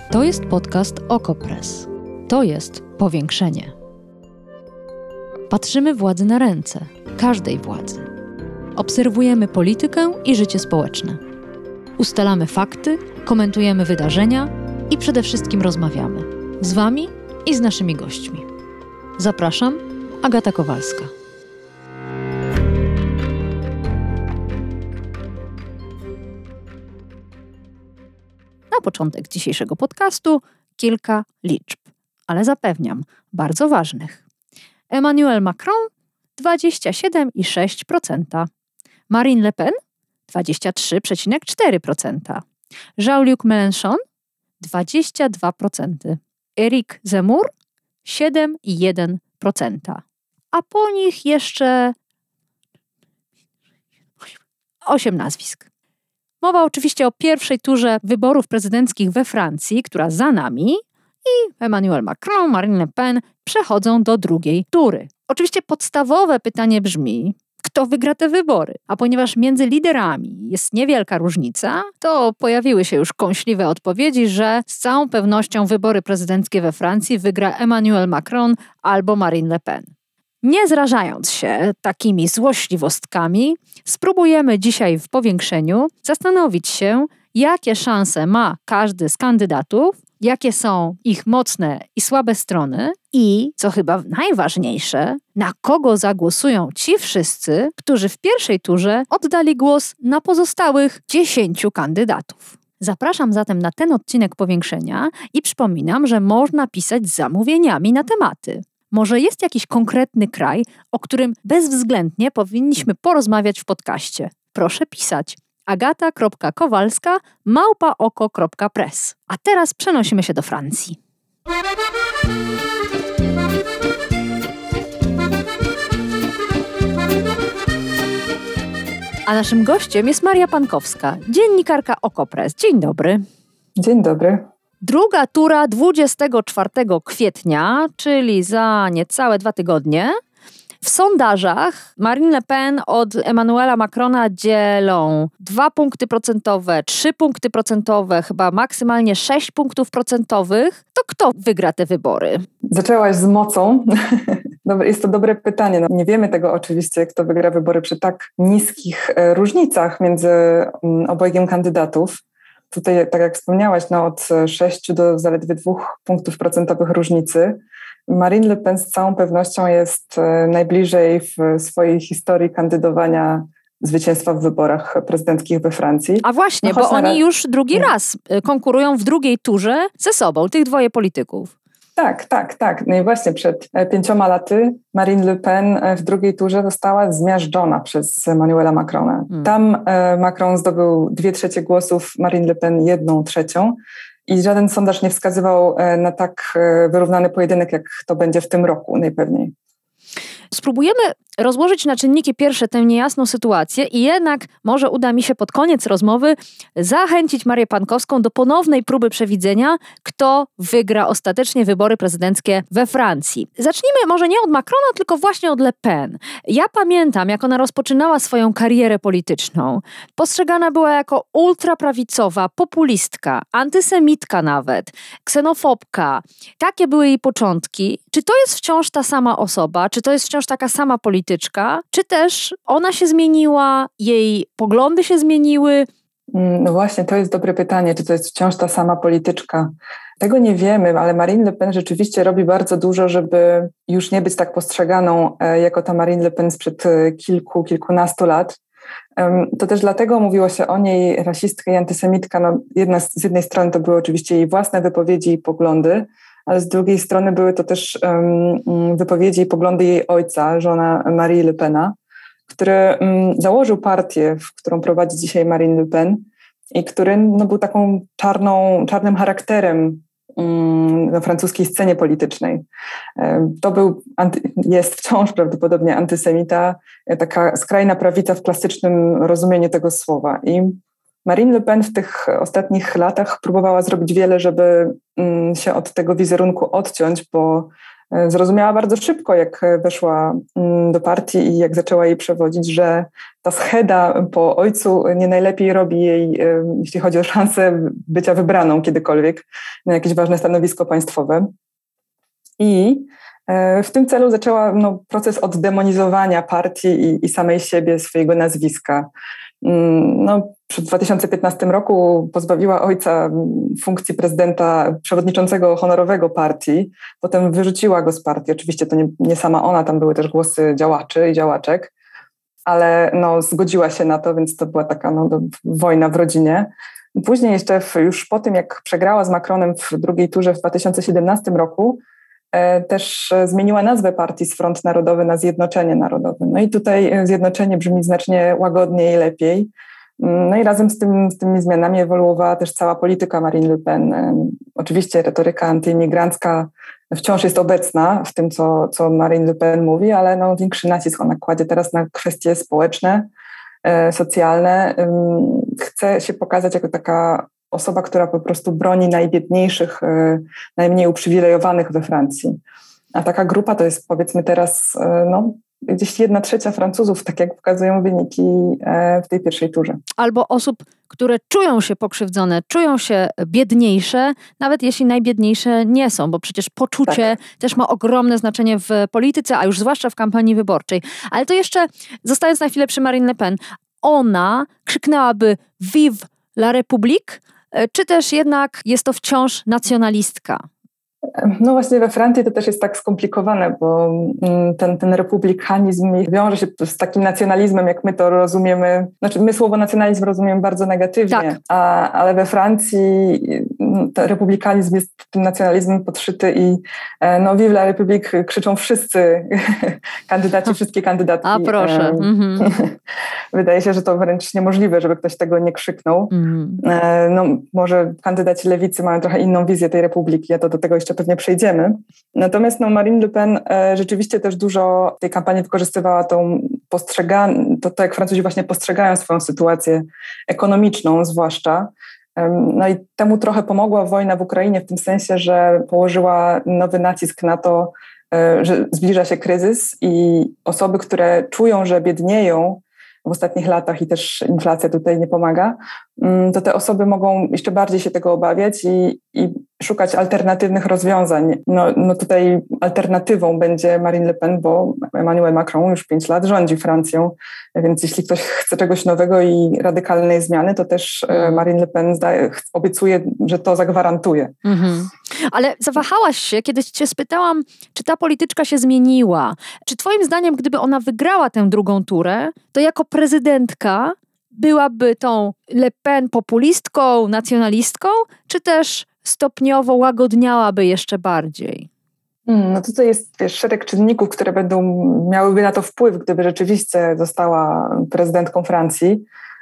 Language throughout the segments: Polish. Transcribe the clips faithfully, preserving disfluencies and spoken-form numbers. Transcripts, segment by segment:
To jest podcast Okopres. To jest powiększenie. Patrzymy władzy na ręce, każdej władzy. Obserwujemy politykę i życie społeczne. Ustalamy fakty, komentujemy wydarzenia i przede wszystkim rozmawiamy. Z Wami i z naszymi gośćmi. Zapraszam, Agata Kowalska. Na początek dzisiejszego podcastu kilka liczb, ale zapewniam, bardzo ważnych. Emmanuel Macron dwadzieścia siedem przecinek sześć procent, Marine Le Pen dwadzieścia trzy przecinek cztery procent, Jean-Luc Mélenchon dwadzieścia dwa procent, Éric Zemmour siedem przecinek jeden procent, a po nich jeszcze osiem nazwisk. Mowa oczywiście o pierwszej turze wyborów prezydenckich we Francji, która za nami, i Emmanuel Macron, Marine Le Pen przechodzą do drugiej tury. Oczywiście podstawowe pytanie brzmi, kto wygra te wybory? A ponieważ między liderami jest niewielka różnica, to pojawiły się już kąśliwe odpowiedzi, że z całą pewnością wybory prezydenckie we Francji wygra Emmanuel Macron albo Marine Le Pen. Nie zrażając się takimi złośliwostkami, spróbujemy dzisiaj w powiększeniu zastanowić się, jakie szanse ma każdy z kandydatów, jakie są ich mocne i słabe strony i, co chyba najważniejsze, na kogo zagłosują ci wszyscy, którzy w pierwszej turze oddali głos na pozostałych dziesięciu kandydatów. Zapraszam zatem na ten odcinek powiększenia i przypominam, że można pisać z zamówieniami na tematy. Może jest jakiś konkretny kraj, o którym bezwzględnie powinniśmy porozmawiać w podcaście. Proszę pisać agata kropka kowalska małpa oko kropka press. A teraz przenosimy się do Francji. A naszym gościem jest Maria Pankowska, dziennikarka Okopres. Dzień dobry. Dzień dobry. Druga tura dwudziestego czwartego kwietnia, czyli za niecałe dwa tygodnie. W sondażach Marine Le Pen od Emmanuela Macrona dzielą dwa punkty procentowe, trzy punkty procentowe, chyba maksymalnie sześć punktów procentowych. To kto wygra te wybory? Zaczęłaś z mocą. Jest to dobre pytanie. No, nie wiemy tego oczywiście, kto wygra wybory przy tak niskich różnicach między obojgiem kandydatów. Tutaj, tak jak wspomniałaś, no od sześciu do zaledwie dwóch punktów procentowych różnicy. Marine Le Pen z całą pewnością jest najbliżej w swojej historii kandydowania zwycięstwa w wyborach prezydenckich we Francji. A właśnie, no, bo oni raz... już drugi raz konkurują w drugiej turze ze sobą, tych dwoje polityków. Tak, tak, tak. No i właśnie przed pięcioma laty Marine Le Pen w drugiej turze została zmiażdżona przez Emmanuela Macrona. Hmm. Tam Macron zdobył dwie trzecie głosów, Marine Le Pen jedną trzecią. I żaden sondaż nie wskazywał na tak wyrównany pojedynek, jak to będzie w tym roku najpewniej. Spróbujemy rozłożyć na czynniki pierwsze tę niejasną sytuację i jednak może uda mi się pod koniec rozmowy zachęcić Marię Pankowską do ponownej próby przewidzenia, kto wygra ostatecznie wybory prezydenckie we Francji. Zacznijmy może nie od Macrona, tylko właśnie od Le Pen. Ja pamiętam, jak ona rozpoczynała swoją karierę polityczną. Postrzegana była jako ultraprawicowa, populistka, antysemitka nawet, ksenofobka. Takie były jej początki. Czy to jest wciąż ta sama osoba? Czy to jest wciąż taka sama polityczka? Czy też ona się zmieniła, jej poglądy się zmieniły? No właśnie, to jest dobre pytanie, czy to jest wciąż ta sama polityczka. Tego nie wiemy, ale Marine Le Pen rzeczywiście robi bardzo dużo, żeby już nie być tak postrzeganą jako ta Marine Le Pen sprzed kilku, kilkunastu lat. To też dlatego mówiło się o niej rasistka i antysemitka. No, jedna, z jednej strony to były oczywiście jej własne wypowiedzi i poglądy, ale z drugiej strony były to też um, wypowiedzi i poglądy jej ojca, żona Marie Le Pena, który um, założył partię, w którą prowadzi dzisiaj Marine Le Pen i który no, był taką czarną, czarnym charakterem um, na francuskiej scenie politycznej. Um, to był, anty, jest wciąż prawdopodobnie antysemita, taka skrajna prawica w klasycznym rozumieniu tego słowa. I Marine Le Pen w tych ostatnich latach próbowała zrobić wiele, żeby się od tego wizerunku odciąć, bo zrozumiała bardzo szybko, jak weszła do partii i jak zaczęła jej przewodzić, że ta scheda po ojcu nie najlepiej robi jej, jeśli chodzi o szansę bycia wybraną kiedykolwiek na jakieś ważne stanowisko państwowe. I w tym celu zaczęła no, proces oddemonizowania partii i, i samej siebie, swojego nazwiska. No, w dwa tysiące piętnastym roku pozbawiła ojca funkcji prezydenta przewodniczącego honorowego partii, potem wyrzuciła go z partii. Oczywiście to nie, nie sama ona, tam były też głosy działaczy i działaczek, ale no, zgodziła się na to, więc to była taka no, wojna w rodzinie. Później jeszcze w, już po tym, jak przegrała z Macronem w drugiej turze w dwa tysiące siedemnastym roku, też zmieniła nazwę partii z Front Narodowy na Zjednoczenie Narodowe. No i tutaj zjednoczenie brzmi znacznie łagodniej i lepiej. No i razem z, tym, z tymi zmianami ewoluowała też cała polityka Marine Le Pen. Oczywiście retoryka antyimigrancka wciąż jest obecna w tym, co, co Marine Le Pen mówi, ale no większy nacisk ona kładzie teraz na kwestie społeczne, socjalne. Chce się pokazać jako taka osoba, która po prostu broni najbiedniejszych, najmniej uprzywilejowanych we Francji. A taka grupa to jest powiedzmy teraz no, gdzieś jedna trzecia Francuzów, tak jak pokazują wyniki w tej pierwszej turze. Albo osób, które czują się pokrzywdzone, czują się biedniejsze, nawet jeśli najbiedniejsze nie są, bo przecież poczucie tak. też ma ogromne znaczenie w polityce, a już zwłaszcza w kampanii wyborczej. Ale to jeszcze, zostając na chwilę przy Marine Le Pen, ona krzyknęłaby Vive la République, czy też jednak jest to wciąż nacjonalistka? No właśnie we Francji to też jest tak skomplikowane, bo ten, ten republikanizm wiąże się z takim nacjonalizmem, jak my to rozumiemy. Znaczy my słowo nacjonalizm rozumiemy bardzo negatywnie, tak. a, ale we Francji ten republikanizm jest tym nacjonalizmem podszyty i no Vive la République krzyczą wszyscy kandydaci, wszystkie kandydatki. A proszę. Mm-hmm. Wydaje się, że to wręcz niemożliwe, żeby ktoś tego nie krzyknął. Mm-hmm. No może kandydaci lewicy mają trochę inną wizję tej republiki, ja to do tego jeszcze pewnie przejdziemy. Natomiast no, Marine Le Pen e, rzeczywiście też dużo w tej kampanii wykorzystywała tą postrzeganą, to, to jak Francuzi właśnie postrzegają swoją sytuację ekonomiczną zwłaszcza. E, no i temu trochę pomogła wojna w Ukrainie w tym sensie, że położyła nowy nacisk na to, e, że zbliża się kryzys i osoby, które czują, że biednieją w ostatnich latach i też inflacja tutaj nie pomaga, to te osoby mogą jeszcze bardziej się tego obawiać i, i szukać alternatywnych rozwiązań. No, no tutaj alternatywą będzie Marine Le Pen, bo Emmanuel Macron już pięć lat rządzi Francją, więc jeśli ktoś chce czegoś nowego i radykalnej zmiany, to też mm. Marine Le Pen zdaje, obiecuje, że to zagwarantuje. Mm-hmm. Ale zawahałaś się, kiedy cię spytałam, czy ta polityczka się zmieniła. Czy twoim zdaniem, gdyby ona wygrała tę drugą turę, to jako prezydentka byłaby tą Le Pen populistką, nacjonalistką, czy też stopniowo łagodniałaby jeszcze bardziej? Hmm, no tutaj jest wiesz, szereg czynników, które będą miałyby na to wpływ, gdyby rzeczywiście została prezydentką Francji.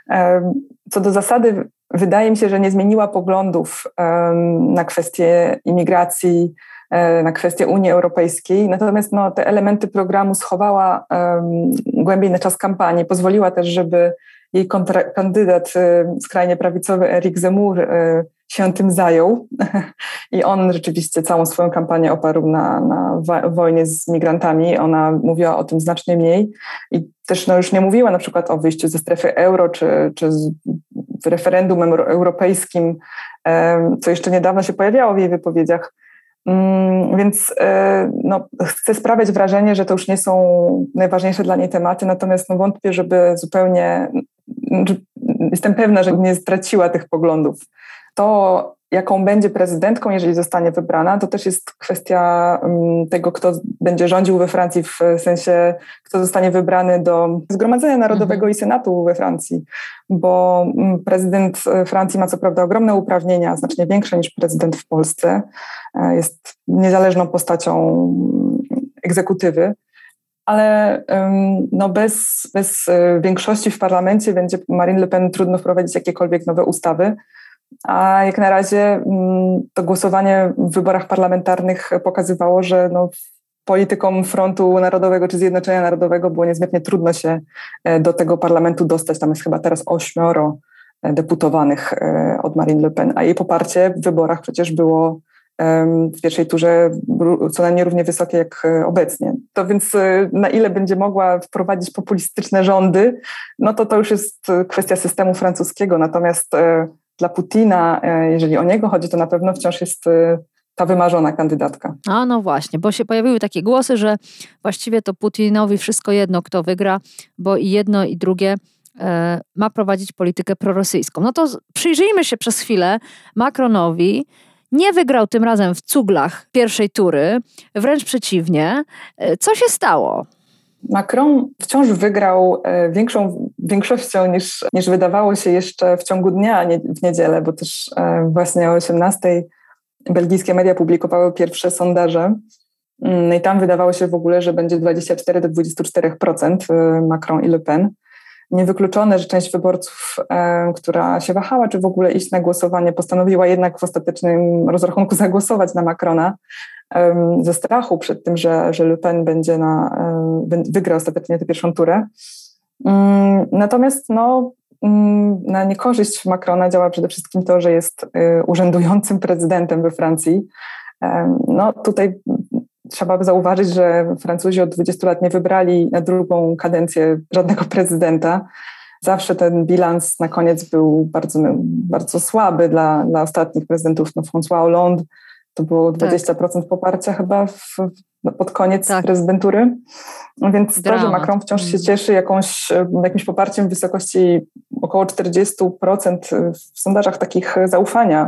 Co do zasady, wydaje mi się, że nie zmieniła poglądów na kwestie imigracji, na kwestie Unii Europejskiej, natomiast no, te elementy programu schowała głębiej na czas kampanii, pozwoliła też, żeby jej kontra- kandydat skrajnie prawicowy Eric Zemmour się tym zajął i on rzeczywiście całą swoją kampanię oparł na, na wa- wojnie z migrantami. Ona mówiła o tym znacznie mniej i też no, już nie mówiła na przykład o wyjściu ze strefy euro czy, czy z referendum euro- europejskim, co jeszcze niedawno się pojawiało w jej wypowiedziach. Więc no, chcę sprawiać wrażenie, że to już nie są najważniejsze dla niej tematy, natomiast no, wątpię, żeby zupełnie, jestem pewna, że nie straciła tych poglądów. To, jaką będzie prezydentką, jeżeli zostanie wybrana, to też jest kwestia tego, kto będzie rządził we Francji, w sensie, kto zostanie wybrany do Zgromadzenia Narodowego mhm. i Senatu we Francji, bo prezydent Francji ma co prawda ogromne uprawnienia, znacznie większe niż prezydent w Polsce, jest niezależną postacią egzekutywy, ale no bez, bez większości w parlamencie będzie Marine Le Pen trudno wprowadzić jakiekolwiek nowe ustawy. A jak na razie to głosowanie w wyborach parlamentarnych pokazywało, że no, politykom Frontu Narodowego czy Zjednoczenia Narodowego było niezmiernie trudno się do tego parlamentu dostać. Tam jest chyba teraz ośmioro deputowanych od Marine Le Pen, a jej poparcie w wyborach przecież było w pierwszej turze co najmniej równie wysokie jak obecnie. To więc na ile będzie mogła wprowadzić populistyczne rządy, no to to już jest kwestia systemu francuskiego. Natomiast dla Putina, jeżeli o niego chodzi, to na pewno wciąż jest ta wymarzona kandydatka. A no właśnie, bo się pojawiły takie głosy, że właściwie to Putinowi wszystko jedno, kto wygra, bo i jedno i drugie e, ma prowadzić politykę prorosyjską. No to przyjrzyjmy się przez chwilę Macronowi. Nie wygrał tym razem w cuglach pierwszej tury, wręcz przeciwnie. Co się stało? Macron wciąż wygrał większą większością niż, niż wydawało się jeszcze w ciągu dnia nie, w niedzielę, bo też właśnie o osiemnastej belgijskie media publikowały pierwsze sondaże. No i tam wydawało się w ogóle, że będzie dwadzieścia cztery do dwudziestu czterech procent Macron i Le Pen. Niewykluczone, że część wyborców, e, która się wahała, czy w ogóle iść na głosowanie, postanowiła jednak w ostatecznym rozrachunku zagłosować na Macrona e, ze strachu przed tym, że, że Le Pen będzie na, e, wygra ostatecznie tę pierwszą turę. Mm, natomiast no, mm, na niekorzyść Macrona działa przede wszystkim to, że jest e, urzędującym prezydentem we Francji. E, no tutaj trzeba by zauważyć, że Francuzi od dwudziestu lat nie wybrali na drugą kadencję żadnego prezydenta. Zawsze ten bilans na koniec był bardzo, bardzo słaby dla, dla ostatnich prezydentów. No François Hollande to było dwadzieścia procent tak. poparcia chyba w, pod koniec tak. prezydentury. Więc Dramat. to, że Macron wciąż się cieszy jakąś, jakimś poparciem w wysokości około czterdziestu procent w sondażach takich zaufania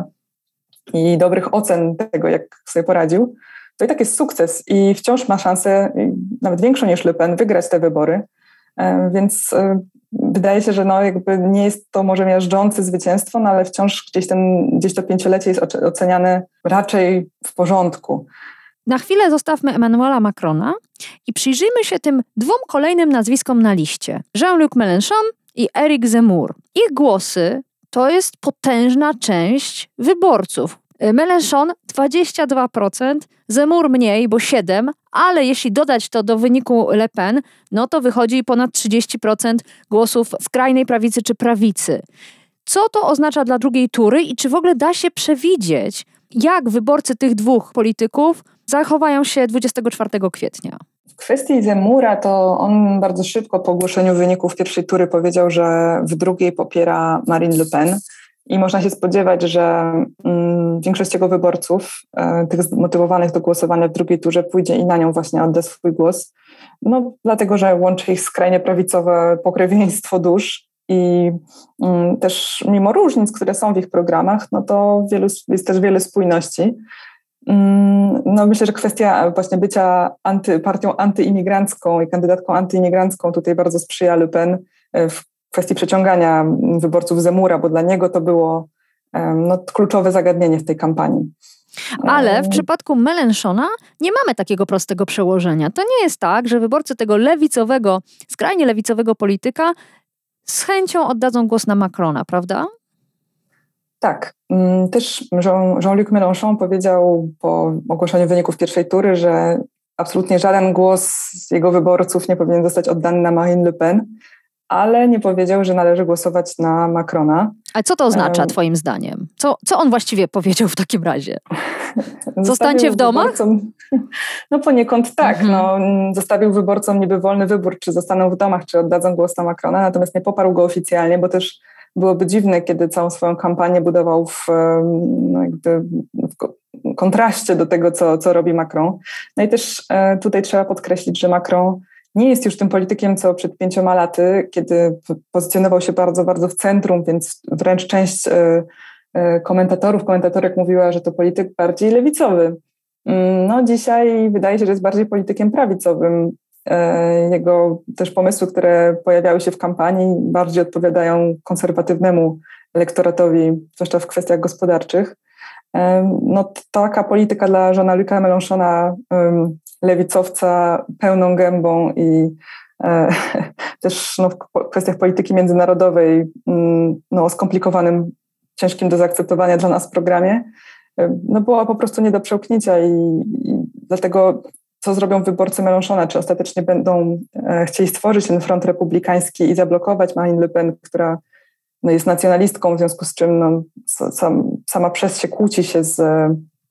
i dobrych ocen tego, jak sobie poradził, to i tak jest sukces i wciąż ma szansę, nawet większą niż Le Pen, wygrać te wybory. Więc wydaje się, że no jakby nie jest to może miażdżące zwycięstwo, no ale wciąż gdzieś, ten, gdzieś to pięciolecie jest oceniane raczej w porządku. Na chwilę zostawmy Emmanuela Macrona i przyjrzyjmy się tym dwóm kolejnym nazwiskom na liście. Jean-Luc Mélenchon i Éric Zemmour. Ich głosy to jest potężna część wyborców. Mélenchon dwadzieścia dwa procent, Zemmour mniej, bo siedem procent, ale jeśli dodać to do wyniku Le Pen, no to wychodzi ponad trzydzieści procent głosów skrajnej prawicy czy prawicy. Co to oznacza dla drugiej tury i czy w ogóle da się przewidzieć, jak wyborcy tych dwóch polityków zachowają się dwudziestego czwartego kwietnia? W kwestii Zemmoura to on bardzo szybko po ogłoszeniu wyników pierwszej tury powiedział, że w drugiej popiera Marine Le Pen. I można się spodziewać, że mm, większość jego wyborców, e, tych zmotywowanych do głosowania w drugiej turze, pójdzie i na nią właśnie odda swój głos. No, dlatego, że łączy ich skrajnie prawicowe pokrewieństwo dusz i mm, też mimo różnic, które są w ich programach, no to wielu, jest też wiele spójności. Mm, no, myślę, że kwestia właśnie bycia anty, partią antyimigrancką i kandydatką antyimigrancką tutaj bardzo sprzyja Le Pen w kwestii przeciągania wyborców Zemmoura, bo dla niego to było no, kluczowe zagadnienie w tej kampanii. Ale w przypadku Mélenchona nie mamy takiego prostego przełożenia. To nie jest tak, że wyborcy tego lewicowego, skrajnie lewicowego polityka z chęcią oddadzą głos na Macrona, prawda? Tak. Też Jean- Jean-Luc Mélenchon powiedział po ogłoszeniu wyników pierwszej tury, że absolutnie żaden głos jego wyborców nie powinien zostać oddany na Marine Le Pen, ale nie powiedział, że należy głosować na Macrona. A co to oznacza um, twoim zdaniem? Co, co on właściwie powiedział w takim razie? Zostańcie w domach? No poniekąd tak. Mhm. No, zostawił wyborcom niby wolny wybór, czy zostaną w domach, czy oddadzą głos na Macrona, natomiast nie poparł go oficjalnie, bo też byłoby dziwne, kiedy całą swoją kampanię budował w, no jakby w kontraście do tego, co, co robi Macron. No i też e, tutaj trzeba podkreślić, że Macron nie jest już tym politykiem, co przed pięcioma laty, kiedy pozycjonował się bardzo, bardzo w centrum, więc wręcz część y, y, komentatorów, komentatorek mówiła, że to polityk bardziej lewicowy. No dzisiaj wydaje się, że jest bardziej politykiem prawicowym. Y, jego też pomysły, które pojawiały się w kampanii, bardziej odpowiadają konserwatywnemu elektoratowi, zwłaszcza w kwestiach gospodarczych. Y, no taka polityka dla Jeana-Luca Mélenchona, y, lewicowca pełną gębą i e, też no, w kwestiach polityki międzynarodowej no, o skomplikowanym, ciężkim do zaakceptowania dla nas programie, no, była po prostu nie do przełknięcia i, i dlatego co zrobią wyborcy Mélenchona, czy ostatecznie będą e, chcieli stworzyć ten front republikański i zablokować Marine Le Pen, która no, jest nacjonalistką, w związku z czym no, sam, sama przez się kłóci się z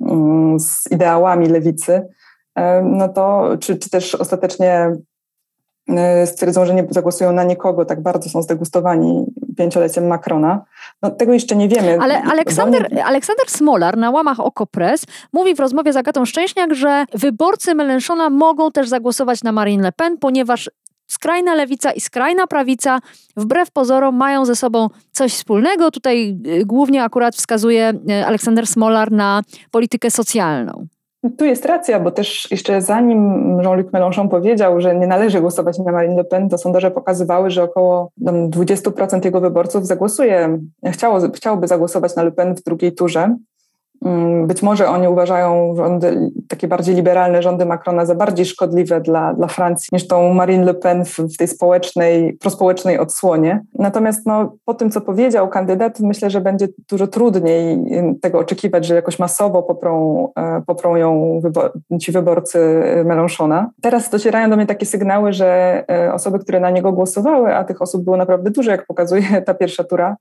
z ideałami lewicy, no to czy, czy też ostatecznie stwierdzą, że nie zagłosują na nikogo, tak bardzo są zdegustowani pięcioleciem Macrona. No, tego jeszcze nie wiemy. Ale Aleksander, Aleksander Smolar na łamach Okopres mówi w rozmowie z Agatą Szczęśniak, że wyborcy Mélenchona mogą też zagłosować na Marine Le Pen, ponieważ skrajna lewica i skrajna prawica wbrew pozorom mają ze sobą coś wspólnego. Tutaj głównie akurat wskazuje Aleksander Smolar na politykę socjalną. Tu jest racja, bo też jeszcze zanim Jean-Luc Mélenchon powiedział, że nie należy głosować na Marine Le Pen, to sondaże pokazywały, że około dwadzieścia procent jego wyborców zagłosuje, chciało, chciałoby zagłosować na Le Pen w drugiej turze. Być może oni uważają rządy, takie bardziej liberalne rządy Macrona za bardziej szkodliwe dla, dla Francji niż tą Marine Le Pen w, w tej społecznej, prospołecznej odsłonie. Natomiast no, po tym, co powiedział kandydat, myślę, że będzie dużo trudniej tego oczekiwać, że jakoś masowo poprą, poprą ją wybor- ci wyborcy Mélenchona. Teraz docierają do mnie takie sygnały, że osoby, które na niego głosowały, a tych osób było naprawdę dużo, jak pokazuje ta pierwsza tura,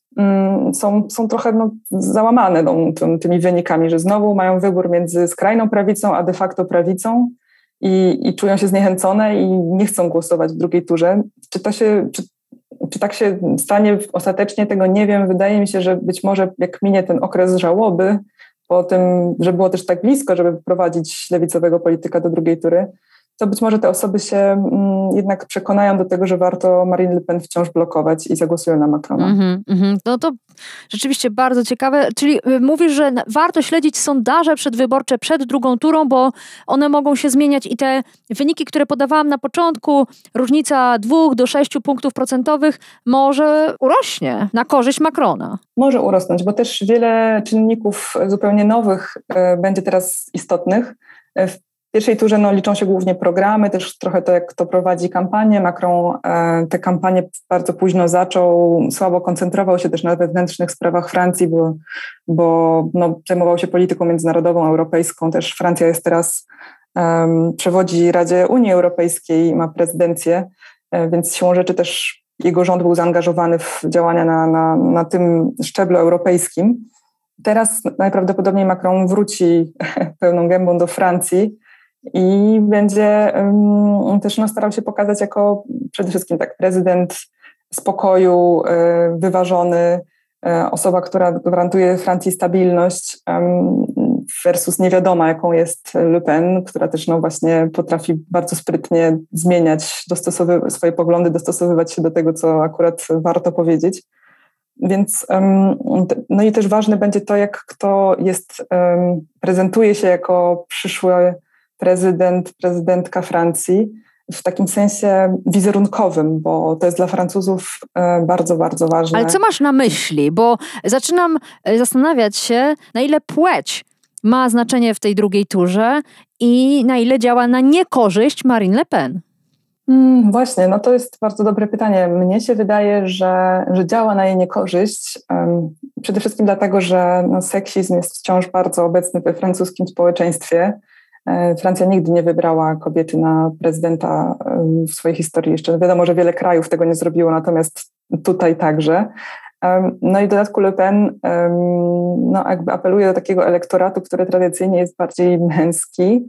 Są, są trochę no, załamane no, tymi wynikami, że znowu mają wybór między skrajną prawicą, a de facto prawicą i, i czują się zniechęcone i nie chcą głosować w drugiej turze. Czy to się, czy, czy tak się stanie ostatecznie, tego nie wiem. Wydaje mi się, że być może jak minie ten okres żałoby po tym, że było też tak blisko, żeby wprowadzić lewicowego polityka do drugiej tury, to być może te osoby się mm, jednak przekonają do tego, że warto Marine Le Pen wciąż blokować i zagłosują na Macrona. Mm-hmm, mm-hmm. No to rzeczywiście bardzo ciekawe. Czyli mówisz, że warto śledzić sondaże przedwyborcze przed drugą turą, bo one mogą się zmieniać i te wyniki, które podawałam na początku, różnica dwóch do sześciu punktów procentowych może urośnie na korzyść Macrona. Może urosnąć, bo też wiele czynników zupełnie nowych y, będzie teraz istotnych. W W pierwszej turze no, liczą się głównie programy, też trochę to, jak kto prowadzi kampanię. Macron e, te kampanie bardzo późno zaczął, słabo koncentrował się też na wewnętrznych sprawach Francji, bo, bo no, zajmował się polityką międzynarodową, europejską. Też Francja jest teraz, um, przewodzi Radzie Unii Europejskiej, ma prezydencję, e, więc siłą rzeczy też jego rząd był zaangażowany w działania na, na, na tym szczeblu europejskim. Teraz najprawdopodobniej Macron wróci pełną gębą do Francji i będzie um, też no, starał się pokazać jako przede wszystkim tak prezydent spokoju, y, wyważony, y, osoba, która gwarantuje Francji stabilność um, versus niewiadoma, jaką jest Le Pen, która też no, właśnie potrafi bardzo sprytnie zmieniać dostosowy- swoje poglądy, dostosowywać się do tego, co akurat warto powiedzieć. Więc um, no i też ważne będzie to, jak kto jest, um, prezentuje się jako przyszły prezydent, prezydentka Francji w takim sensie wizerunkowym, bo to jest dla Francuzów e, bardzo, bardzo ważne. Ale co masz na myśli? Bo zaczynam zastanawiać się, na ile płeć ma znaczenie w tej drugiej turze i na ile działa na niekorzyść Marine Le Pen. Hmm, właśnie, no to jest bardzo dobre pytanie. Mnie się wydaje, że, że działa na jej niekorzyść. Um, przede wszystkim dlatego, że no, seksizm jest wciąż bardzo obecny we francuskim społeczeństwie. Francja nigdy nie wybrała kobiety na prezydenta w swojej historii. Jeszcze wiadomo, że wiele krajów tego nie zrobiło, natomiast tutaj także. No i w dodatku Le Pen no, jakby apeluje do takiego elektoratu, który tradycyjnie jest bardziej męski.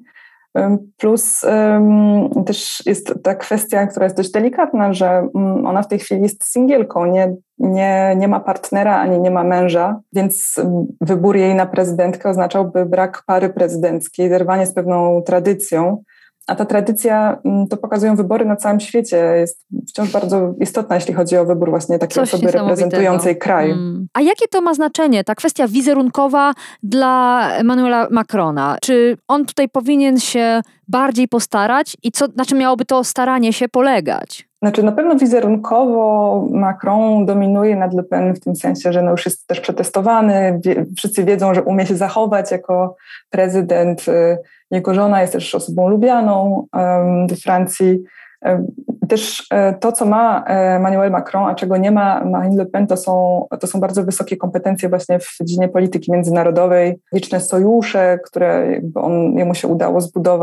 Plus um, też jest ta kwestia, która jest dość delikatna, że um, ona w tej chwili jest singielką, nie, nie, nie ma partnera ani nie ma męża, więc um, wybór jej na prezydentkę oznaczałby brak pary prezydenckiej, zerwanie z pewną tradycją, a ta tradycja, um, to pokazują wybory na całym świecie, jest wciąż bardzo istotna, jeśli chodzi o wybór właśnie takiej Coś osoby reprezentującej kraj. Hmm. A jakie to ma znaczenie, ta kwestia wizerunkowa dla Emmanuela Macrona? Czy on tutaj powinien się bardziej postarać i co, na czym miałoby to staranie się polegać? Znaczy na pewno wizerunkowo Macron dominuje nad Le Pen w tym sensie, że no już jest też przetestowany, wie, wszyscy wiedzą, że umie się zachować jako prezydent. Jego żona jest też osobą lubianą um, w Francji. Um, też um, to, co ma Emmanuel Macron, a czego nie ma Marine Le Pen, to są, to są bardzo wysokie kompetencje właśnie w dziedzinie polityki międzynarodowej, liczne sojusze, które jakby on, jemu się udało zbudować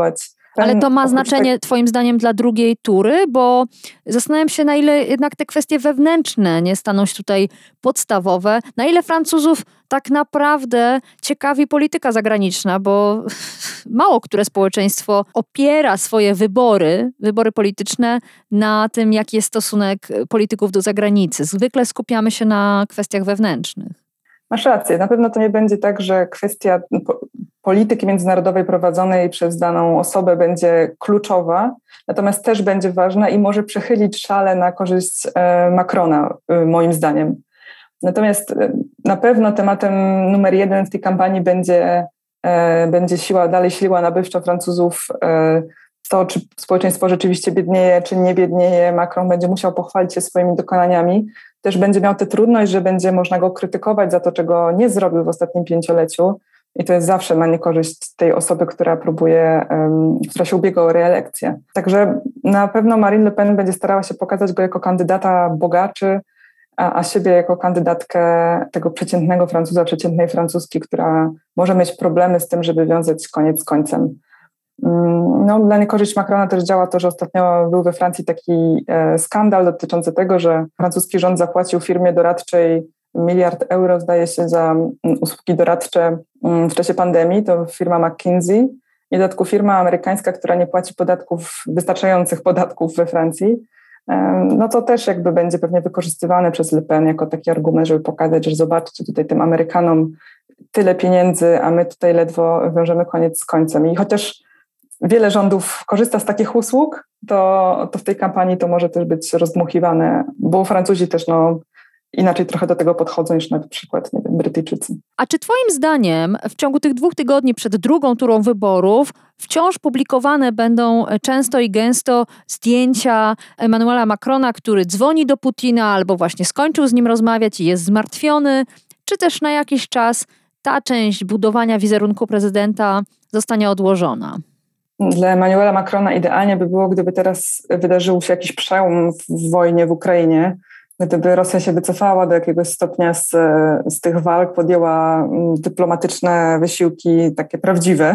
Ale to ma znaczenie twoim zdaniem dla drugiej tury, bo zastanawiam się, na ile jednak te kwestie wewnętrzne nie staną się tutaj podstawowe, na ile Francuzów tak naprawdę ciekawi polityka zagraniczna, bo mało które społeczeństwo opiera swoje wybory, wybory polityczne na tym, jaki jest stosunek polityków do zagranicy. Zwykle skupiamy się na kwestiach wewnętrznych. Masz rację. Na pewno to nie będzie tak, że kwestia polityki międzynarodowej prowadzonej przez daną osobę będzie kluczowa, natomiast też będzie ważna i może przechylić szale na korzyść Macrona, moim zdaniem. Natomiast na pewno tematem numer jeden w tej kampanii będzie, będzie siła, dalej siła nabywcza Francuzów, to, czy społeczeństwo rzeczywiście biednieje, czy nie biednieje. Macron będzie musiał pochwalić się swoimi dokonaniami. Też będzie miał tę trudność, że będzie można go krytykować za to, czego nie zrobił w ostatnim pięcioleciu. I to jest zawsze na niekorzyść tej osoby, która próbuje, um, która się ubiega o reelekcję. Także na pewno Marine Le Pen będzie starała się pokazać go jako kandydata bogaczy, a, a siebie jako kandydatkę tego przeciętnego Francuza, przeciętnej Francuski, która może mieć problemy z tym, żeby wiązać koniec z końcem. No, dla niekorzyść Macrona też działa to, że ostatnio był we Francji taki e, skandal dotyczący tego, że francuski rząd zapłacił firmie doradczej miliard euro, zdaje się, za um, usługi doradcze um, w czasie pandemii. To firma McKinsey. I w dodatku firma amerykańska, która nie płaci podatków, wystarczających podatków we Francji. E, no to też jakby będzie pewnie wykorzystywane przez Le Pen jako taki argument, żeby pokazać, że zobaczcie, tutaj tym Amerykanom tyle pieniędzy, a my tutaj ledwo wiążemy koniec z końcem. I chociaż wiele rządów korzysta z takich usług, to, to w tej kampanii to może też być rozdmuchiwane, bo Francuzi też no, inaczej trochę do tego podchodzą niż na przykład nie wiem, Brytyjczycy. A czy twoim zdaniem w ciągu tych dwóch tygodni przed drugą turą wyborów wciąż publikowane będą często i gęsto zdjęcia Emmanuela Macrona, który dzwoni do Putina albo właśnie skończył z nim rozmawiać i jest zmartwiony, czy też na jakiś czas ta część budowania wizerunku prezydenta zostanie odłożona? Dla Emmanuela Macrona idealnie by było, gdyby teraz wydarzył się jakiś przełom w wojnie w Ukrainie, gdyby Rosja się wycofała do jakiegoś stopnia z, z tych walk, podjęła dyplomatyczne wysiłki takie prawdziwe.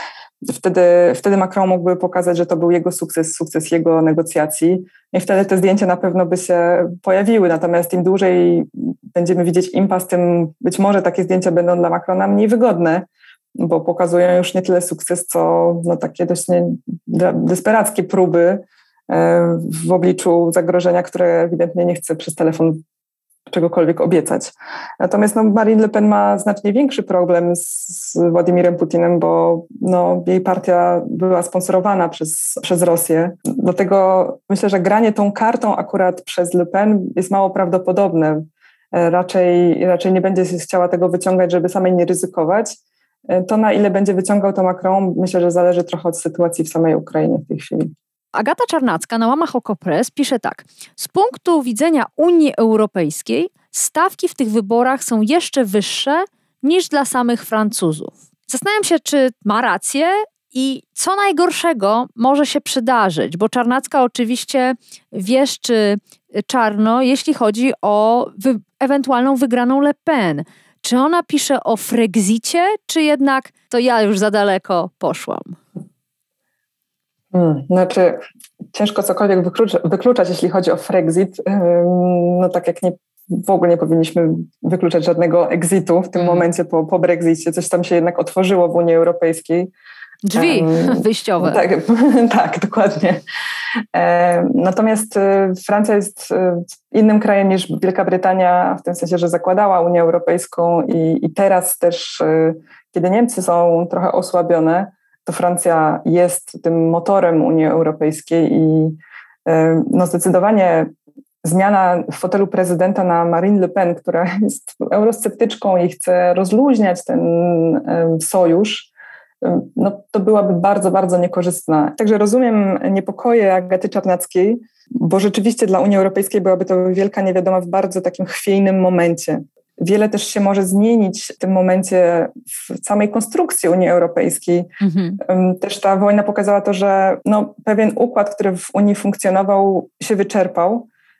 Wtedy, wtedy Macron mógłby pokazać, że to był jego sukces, sukces jego negocjacji i wtedy te zdjęcia na pewno by się pojawiły. Natomiast im dłużej będziemy widzieć impas, tym być może takie zdjęcia będą dla Macrona mniej wygodne, bo pokazują już nie tyle sukces, co no, takie dość nie, desperackie próby e, w obliczu zagrożenia, które ewidentnie nie chce przez telefon czegokolwiek obiecać. Natomiast no, Marine Le Pen ma znacznie większy problem z Władimirem Putinem, bo no, jej partia była sponsorowana przez, przez Rosję. Dlatego myślę, że granie tą kartą akurat przez Le Pen jest mało prawdopodobne. E, raczej, raczej nie będzie chciała tego wyciągać, żeby samej nie ryzykować. To, na ile będzie wyciągał to Macron, myślę, że zależy trochę od sytuacji w samej Ukrainie w tej chwili. Agata Czarnacka na łamach Okopres pisze tak. Z punktu widzenia Unii Europejskiej stawki w tych wyborach są jeszcze wyższe niż dla samych Francuzów. Zastanawiam się, czy ma rację i co najgorszego może się przydarzyć, bo Czarnacka oczywiście wieszczy czarno, jeśli chodzi o wy- ewentualną wygraną Le Pen. Czy ona pisze o Frexicie, czy jednak to ja już za daleko poszłam? Hmm, znaczy, ciężko cokolwiek wyklucza, wykluczać, jeśli chodzi o Frexit. No tak jak nie, w ogóle nie powinniśmy wykluczać żadnego exitu w tym mm. momencie po, po Brexicie. Coś tam się jednak otworzyło w Unii Europejskiej. Drzwi um, wyjściowe. Tak, tak, dokładnie. E, natomiast Francja jest innym krajem niż Wielka Brytania, w tym sensie, że zakładała Unię Europejską i, i teraz też, kiedy Niemcy są trochę osłabione, to Francja jest tym motorem Unii Europejskiej i no zdecydowanie zmiana w fotelu prezydenta na Marine Le Pen, która jest eurosceptyczką i chce rozluźniać ten sojusz, no to byłaby bardzo, bardzo niekorzystna. Także rozumiem niepokoje Agaty Czarnackiej, bo rzeczywiście dla Unii Europejskiej byłaby to wielka niewiadoma w bardzo takim chwiejnym momencie. Wiele też się może zmienić w tym momencie w samej konstrukcji Unii Europejskiej. Mhm. Też ta wojna pokazała to, że no, pewien układ, który w Unii funkcjonował, się wyczerpał.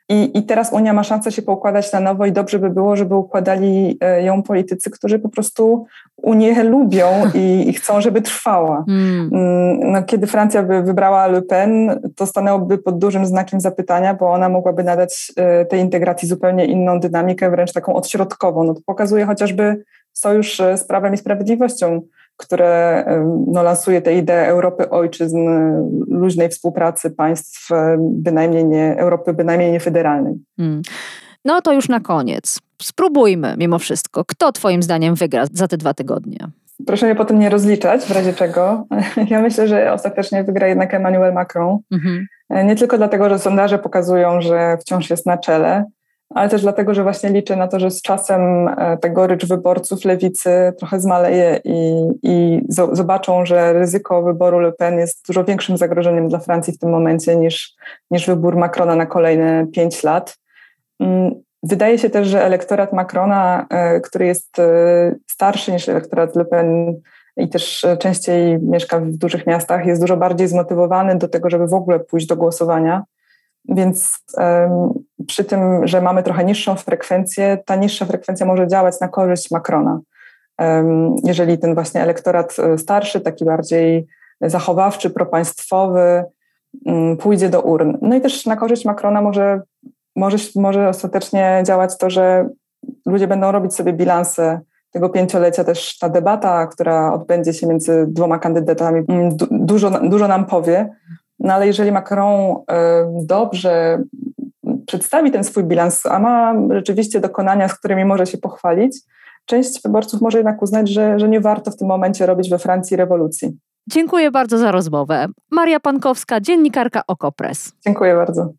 I, I teraz Unia ma szansę się poukładać na nowo i dobrze by było, żeby układali ją politycy, którzy po prostu Unię lubią i, i chcą, żeby trwała. Mm. No, kiedy Francja by wybrała Le Pen, to stanęłoby pod dużym znakiem zapytania, bo ona mogłaby nadać tej integracji zupełnie inną dynamikę, wręcz taką odśrodkową. No to pokazuje chociażby sojusz z Prawem i Sprawiedliwością, które no, lansuje tę ideę Europy ojczyzn, luźnej współpracy państw, bynajmniej nie, Europy bynajmniej nie federalnej. Hmm. No to już na koniec. Spróbujmy mimo wszystko. Kto twoim zdaniem wygra za te dwa tygodnie? Proszę mnie potem nie rozliczać, w razie czego. Ja myślę, że ostatecznie wygra jednak Emmanuel Macron. Mhm. Nie tylko dlatego, że sondaże pokazują, że wciąż jest na czele, ale też dlatego, że właśnie liczę na to, że z czasem ta gorycz wyborców lewicy trochę zmaleje i, i zobaczą, że ryzyko wyboru Le Pen jest dużo większym zagrożeniem dla Francji w tym momencie niż, niż wybór Macrona na kolejne pięć lat. Wydaje się też, że elektorat Macrona, który jest starszy niż elektorat Le Pen i też częściej mieszka w dużych miastach, jest dużo bardziej zmotywowany do tego, żeby w ogóle pójść do głosowania. Więc um, przy tym, że mamy trochę niższą frekwencję, ta niższa frekwencja może działać na korzyść Macrona. Um, jeżeli ten właśnie elektorat starszy, taki bardziej zachowawczy, propaństwowy, um, pójdzie do urn. No i też na korzyść Macrona może, może, może ostatecznie działać to, że ludzie będą robić sobie bilanse tego pięciolecia. Też ta debata, która odbędzie się między dwoma kandydatami, du- dużo, dużo nam powie. No ale jeżeli Macron y, dobrze przedstawi ten swój bilans, a ma rzeczywiście dokonania, z którymi może się pochwalić, część wyborców może jednak uznać, że, że nie warto w tym momencie robić we Francji rewolucji. Dziękuję bardzo za rozmowę. Maria Pankowska, dziennikarka Okopres. Dziękuję bardzo.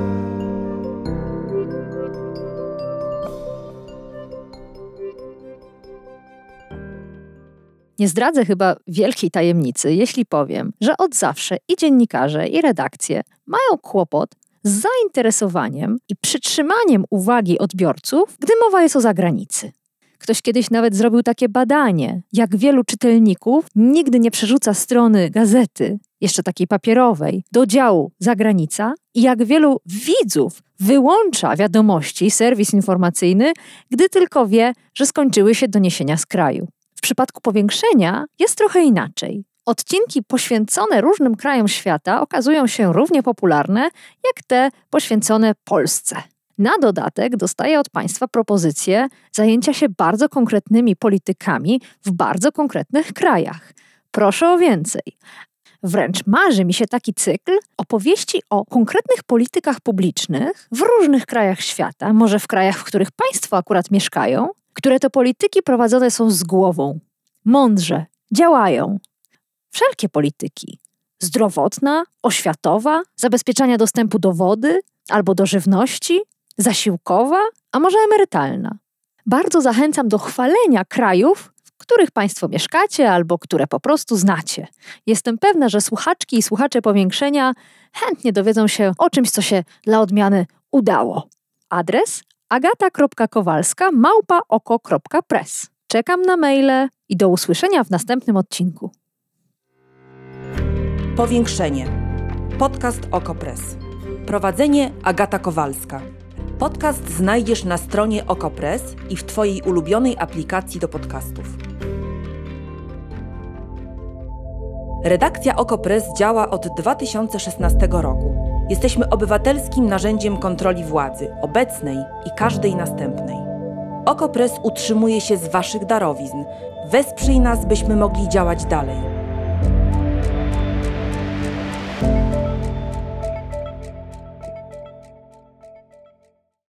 Nie zdradzę chyba wielkiej tajemnicy, jeśli powiem, że od zawsze i dziennikarze, i redakcje mają kłopot z zainteresowaniem i przytrzymaniem uwagi odbiorców, gdy mowa jest o zagranicy. Ktoś kiedyś nawet zrobił takie badanie, jak wielu czytelników nigdy nie przerzuca strony gazety, jeszcze takiej papierowej, do działu zagranica i jak wielu widzów wyłącza wiadomości, serwis informacyjny, gdy tylko wie, że skończyły się doniesienia z kraju. W przypadku powiększenia jest trochę inaczej. Odcinki poświęcone różnym krajom świata okazują się równie popularne, jak te poświęcone Polsce. Na dodatek dostaję od państwa propozycję zajęcia się bardzo konkretnymi politykami w bardzo konkretnych krajach. Proszę o więcej. Wręcz marzy mi się taki cykl opowieści o konkretnych politykach publicznych w różnych krajach świata, może w krajach, w których państwo akurat mieszkają, które to polityki prowadzone są z głową, mądrze, działają. Wszelkie polityki. Zdrowotna, oświatowa, zabezpieczania dostępu do wody albo do żywności, zasiłkowa, a może emerytalna. Bardzo zachęcam do chwalenia krajów, w których państwo mieszkacie albo które po prostu znacie. Jestem pewna, że słuchaczki i słuchacze powiększenia chętnie dowiedzą się o czymś, co się dla odmiany udało. Adres agata kropka kowalska małpa oko kropka press. Czekam na maile i do usłyszenia w następnym odcinku. Powiększenie. Podcast Okopres. Prowadzenie Agata Kowalska. Podcast znajdziesz na stronie Okopres i w Twojej ulubionej aplikacji do podcastów. Redakcja Okopres działa od dwa tysiące szesnastego roku. Jesteśmy obywatelskim narzędziem kontroli władzy, obecnej i każdej następnej. Okopres utrzymuje się z Waszych darowizn. Wesprzyj nas, byśmy mogli działać dalej.